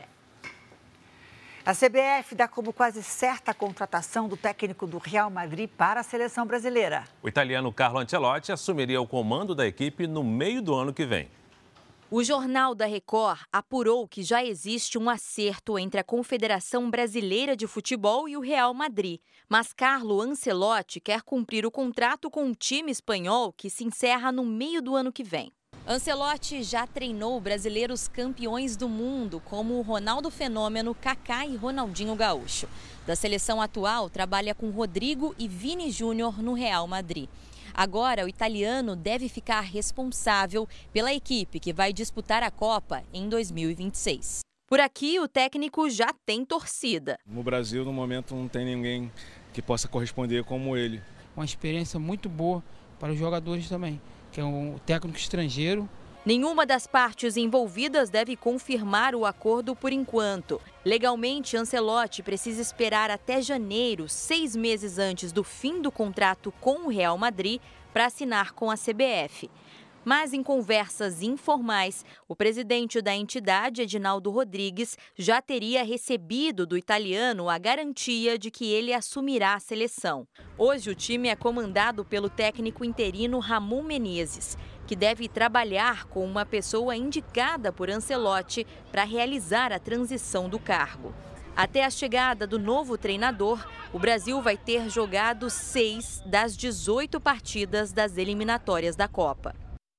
A CBF dá como quase certa a contratação do técnico do Real Madrid para a seleção brasileira. O italiano Carlo Ancelotti assumiria o comando da equipe no meio do ano que vem. O Jornal da Record apurou que já existe um acerto entre a Confederação Brasileira de Futebol e o Real Madrid. Mas Carlo Ancelotti quer cumprir o contrato com o time espanhol, que se encerra no meio do ano que vem. Ancelotti já treinou brasileiros campeões do mundo, como o Ronaldo Fenômeno, Kaká e Ronaldinho Gaúcho. Da seleção atual, trabalha com Rodrigo e Vini Júnior no Real Madrid. Agora, o italiano deve ficar responsável pela equipe que vai disputar a Copa em 2026. Por aqui, o técnico já tem torcida. No Brasil, no momento, não tem ninguém que possa corresponder como ele. Uma experiência muito boa para os jogadores também, que é um técnico estrangeiro. Nenhuma das partes envolvidas deve confirmar o acordo por enquanto. Legalmente, Ancelotti precisa esperar até janeiro, 6 meses antes do fim do contrato com o Real Madrid, para assinar com a CBF. Mas em conversas informais, o presidente da entidade, Edinaldo Rodrigues, já teria recebido do italiano a garantia de que ele assumirá a seleção. Hoje o time é comandado pelo técnico interino Ramon Menezes, que deve trabalhar com uma pessoa indicada por Ancelotti para realizar a transição do cargo. Até a chegada do novo treinador, o Brasil vai ter jogado 6 das 18 partidas das eliminatórias da Copa.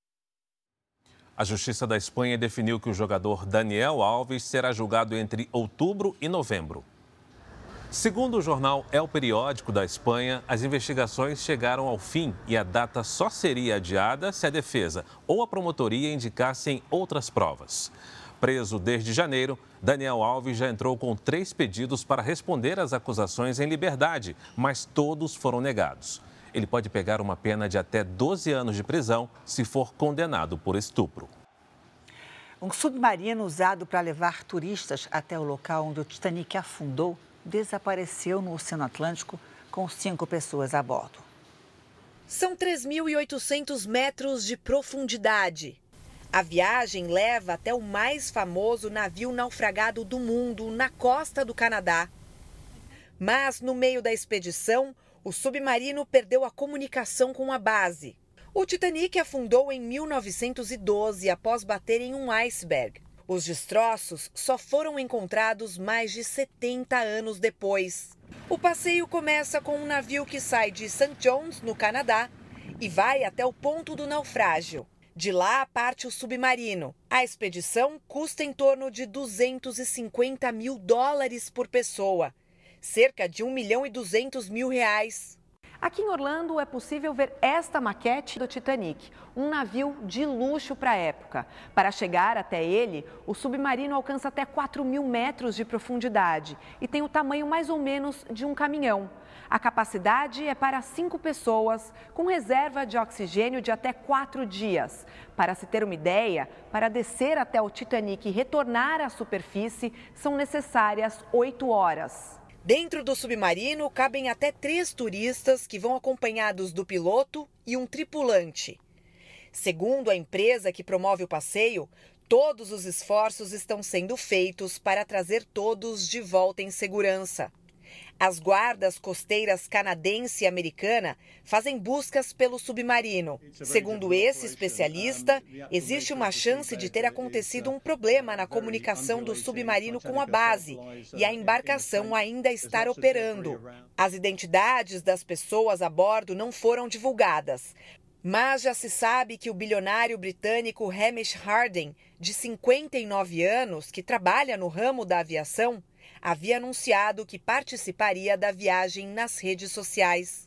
A Justiça da Espanha definiu que o jogador Daniel Alves será julgado entre outubro e novembro. Segundo o jornal El Periódico da Espanha, as investigações chegaram ao fim e a data só seria adiada se a defesa ou a promotoria indicassem outras provas. Preso desde janeiro, Daniel Alves já entrou com 3 pedidos para responder às acusações em liberdade, mas todos foram negados. Ele pode pegar uma pena de até 12 anos de prisão se for condenado por estupro. Um submarino usado para levar turistas até o local onde o Titanic afundou desapareceu no Oceano Atlântico com 5 pessoas a bordo. São 3.800 metros de profundidade. A viagem leva até o mais famoso navio naufragado do mundo, na costa do Canadá. Mas, no meio da expedição, o submarino perdeu a comunicação com a base. O Titanic afundou em 1912 após bater em um iceberg. Os destroços só foram encontrados mais de 70 anos depois. O passeio começa com um navio que sai de St. John's, no Canadá, e vai até o ponto do naufrágio. De lá parte o submarino. A expedição custa em torno de $250 mil por pessoa, cerca de R$1,2 milhão. Aqui em Orlando é possível ver esta maquete do Titanic, um navio de luxo para a época. Para chegar até ele, o submarino alcança até 4.000 metros de profundidade e tem o tamanho mais ou menos de um caminhão. A capacidade é para 5 pessoas, com reserva de oxigênio de até 4 dias. Para se ter uma ideia, para descer até o Titanic e retornar à superfície, são necessárias 8 horas. Dentro do submarino cabem até 3 turistas que vão acompanhados do piloto e um tripulante. Segundo a empresa que promove o passeio, todos os esforços estão sendo feitos para trazer todos de volta em segurança. As guardas costeiras canadense e americana fazem buscas pelo submarino. Segundo esse especialista, existe uma chance de ter acontecido um problema na comunicação do submarino com a base e a embarcação ainda estar operando. As identidades das pessoas a bordo não foram divulgadas, mas já se sabe que o bilionário britânico Hamish Harding, de 59 anos, que trabalha no ramo da aviação, havia anunciado que participaria da viagem nas redes sociais.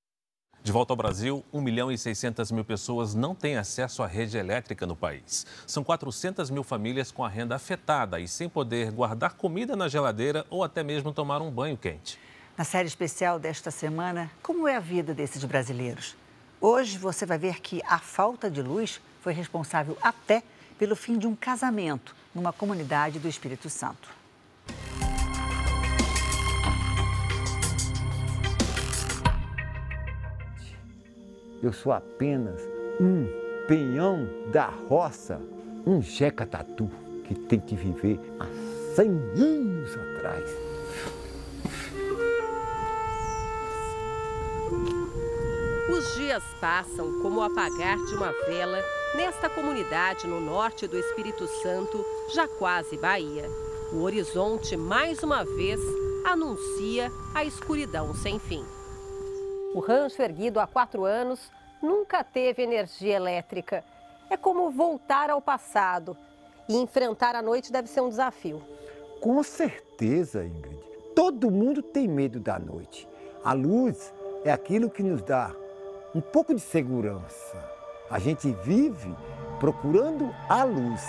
De volta ao Brasil, 1.600.000 pessoas não têm acesso à rede elétrica no país. São 400.000 famílias com a renda afetada e sem poder guardar comida na geladeira ou até mesmo tomar um banho quente. Na série especial desta semana, como é a vida desses brasileiros? Hoje você vai ver que a falta de luz foi responsável até pelo fim de um casamento numa comunidade do Espírito Santo. Eu sou apenas um peão da roça, um Jeca Tatu que tem que viver há 100 anos atrás. Os dias passam como o apagar de uma vela nesta comunidade no norte do Espírito Santo, Jaquase, Bahia. O horizonte, mais uma vez, anuncia a escuridão sem fim. O rancho, erguido há 4 anos, nunca teve energia elétrica. É como voltar ao passado. E enfrentar a noite deve ser um desafio. Com certeza, Ingrid. Todo mundo tem medo da noite. A luz é aquilo que nos dá um pouco de segurança. A gente vive procurando a luz.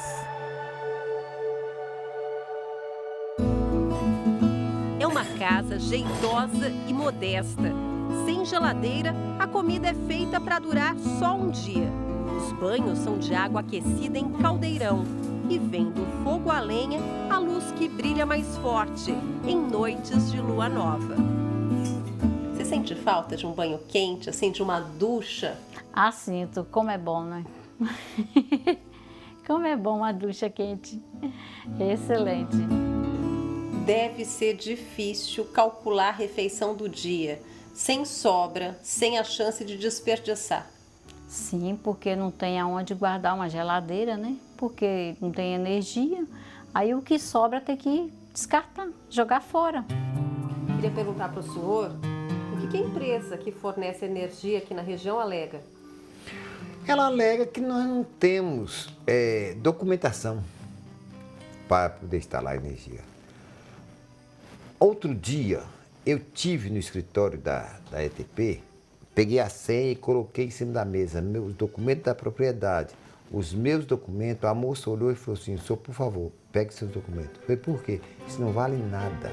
É uma casa jeitosa e modesta. Sem geladeira, a comida é feita para durar só um dia. Os banhos são de água aquecida em caldeirão. E vem do fogo a lenha a luz que brilha mais forte em noites de lua nova. Você sente falta de um banho quente, assim, de uma ducha? Ah, sinto. Como é bom, né? Como é bom uma ducha quente. Excelente. Deve ser difícil calcular a refeição do dia, sem sobra, sem a chance de desperdiçar. Sim, porque não tem aonde guardar uma geladeira, né? Porque não tem energia. Aí o que sobra tem que descartar, jogar fora. Queria perguntar para o senhor, o que a empresa que fornece energia aqui na região alega? Ela alega que nós não temos documentação para poder instalar energia. Outro dia, eu tive no escritório da EDP, peguei a senha e coloquei em cima da mesa meus documentos da propriedade, os meus documentos. A moça olhou e falou assim: senhor, por favor, pegue seus documentos. Eu falei: por quê? Isso não vale nada.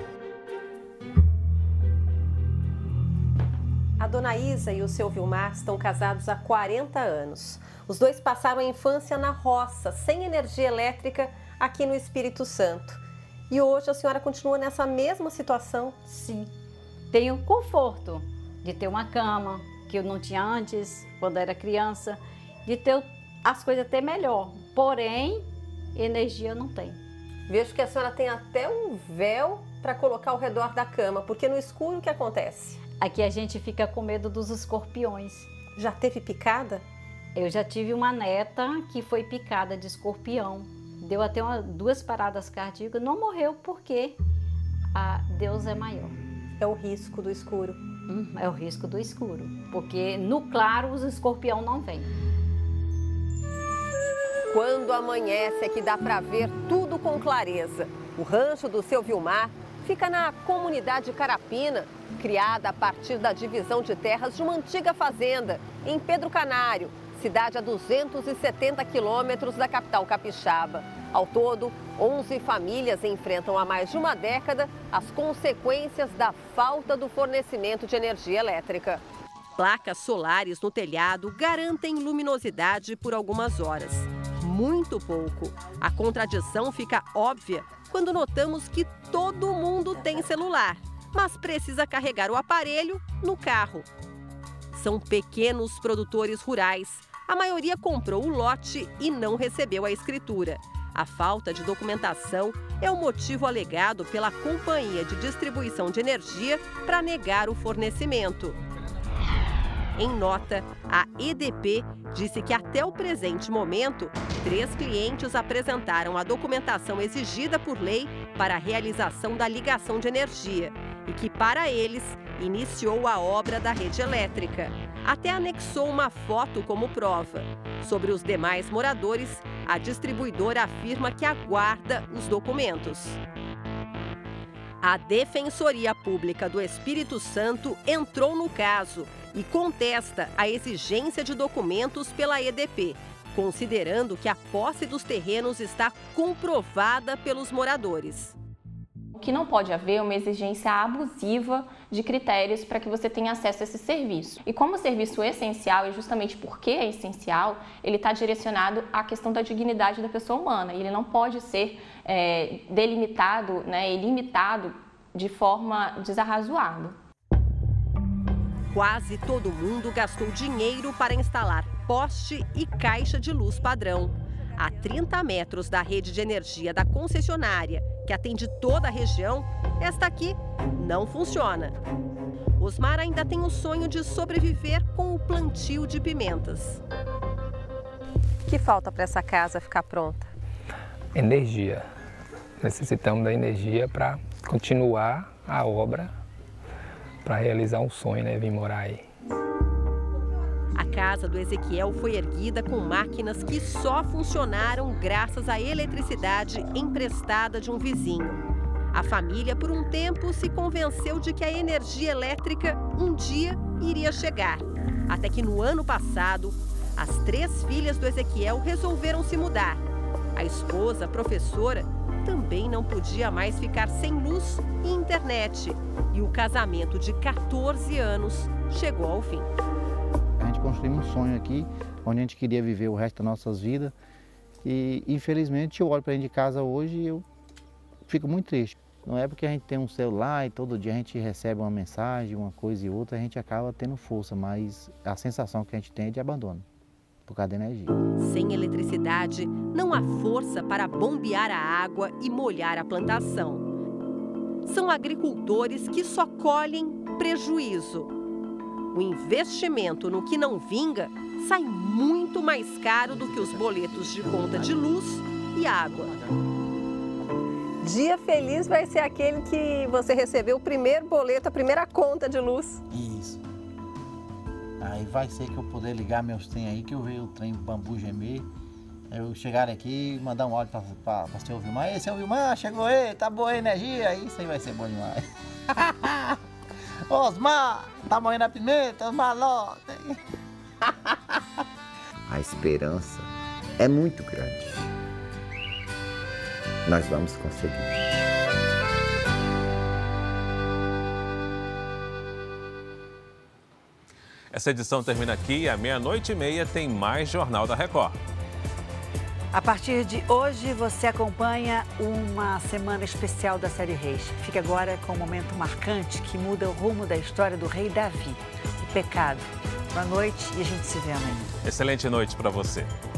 A dona Isa e o seu Vilmar estão casados há 40 anos. Os dois passaram a infância na roça, sem energia elétrica, aqui no Espírito Santo. E hoje a senhora continua nessa mesma situação? Sim. Tenho conforto de ter uma cama, que eu não tinha antes, quando era criança, de ter as coisas até melhor. Porém, energia não tem. Vejo que a senhora tem até um véu para colocar ao redor da cama, porque no escuro o que acontece? Aqui a gente fica com medo dos escorpiões. Já teve picada? Eu já tive uma neta que foi picada de escorpião. Deu até 2 paradas cardíacas. Não morreu porque Deus é maior. É o risco do escuro. É o risco do escuro. Porque no claro os escorpião não vêm. Quando amanhece é que dá para ver tudo com clareza. O rancho do seu Vilmar fica na comunidade Carapina, criada a partir da divisão de terras de uma antiga fazenda, em Pedro Canário, cidade a 270 quilômetros da capital capixaba. Ao todo, 11 famílias enfrentam há mais de uma década as consequências da falta do fornecimento de energia elétrica. Placas solares no telhado garantem luminosidade por algumas horas. Muito pouco. A contradição fica óbvia quando notamos que todo mundo tem celular, mas precisa carregar o aparelho no carro. São pequenos produtores rurais. A maioria comprou o lote e não recebeu a escritura. A falta de documentação é o motivo alegado pela Companhia de Distribuição de Energia para negar o fornecimento. Em nota, a EDP disse que até o presente momento, 3 clientes apresentaram a documentação exigida por lei para a realização da ligação de energia e que, para eles, iniciou a obra da rede elétrica. Até anexou uma foto como prova. Sobre os demais moradores, a distribuidora afirma que aguarda os documentos. A Defensoria Pública do Espírito Santo entrou no caso e contesta a exigência de documentos pela EDP, considerando que a posse dos terrenos está comprovada pelos moradores. O que não pode haver é uma exigência abusiva de critérios para que você tenha acesso a esse serviço. E como o serviço é essencial, e justamente porque é essencial, ele está direcionado à questão da dignidade da pessoa humana. E ele não pode ser delimitado, e limitado de forma desarrazoada. Quase todo mundo gastou dinheiro para instalar poste e caixa de luz padrão. A 30 metros da rede de energia da concessionária, que atende toda a região, esta aqui não funciona. Osmar ainda tem o sonho de sobreviver com o plantio de pimentas. O que falta para essa casa ficar pronta? Energia. Necessitamos da energia para continuar a obra, para realizar um sonho, né? Vir morar aí. A casa do Ezequiel foi erguida com máquinas que só funcionaram graças à eletricidade emprestada de um vizinho. A família, por um tempo, se convenceu de que a energia elétrica um dia iria chegar. Até que no ano passado, as 3 filhas do Ezequiel resolveram se mudar. A esposa, professora, também não podia mais ficar sem luz e internet. E o casamento de 14 anos chegou ao fim. A gente construiu um sonho aqui, onde a gente queria viver o resto das nossas vidas. E, infelizmente, eu olho para dentro de casa hoje e eu fico muito triste. Não é porque a gente tem um celular e todo dia a gente recebe uma mensagem, uma coisa e outra, a gente acaba tendo força, mas a sensação que a gente tem é de abandono, por causa da energia. Sem eletricidade, não há força para bombear a água e molhar a plantação. São agricultores que só colhem prejuízo. O investimento no que não vinga sai muito mais caro do que os boletos de conta de luz e água. Dia feliz vai ser aquele que você recebeu o primeiro boleto, a primeira conta de luz. Isso. Aí vai ser que eu poder ligar meus trem aí, que eu vejo o trem Bambu gemer. Eu chegar aqui e mandar um áudio para o seu Vilmar. Ei, seu Vilmar, chegou aí, tá boa a energia? Isso aí vai ser bom demais. Osmar, tá morrendo a pimenta, Osmar Ló. A esperança é muito grande. Nós vamos conseguir. Essa edição termina aqui. À 00:30 tem mais Jornal da Record. A partir de hoje, você acompanha uma semana especial da série Reis. Fique agora com um momento marcante que muda o rumo da história do rei Davi, o pecado. Boa noite e a gente se vê amanhã. Excelente noite para você.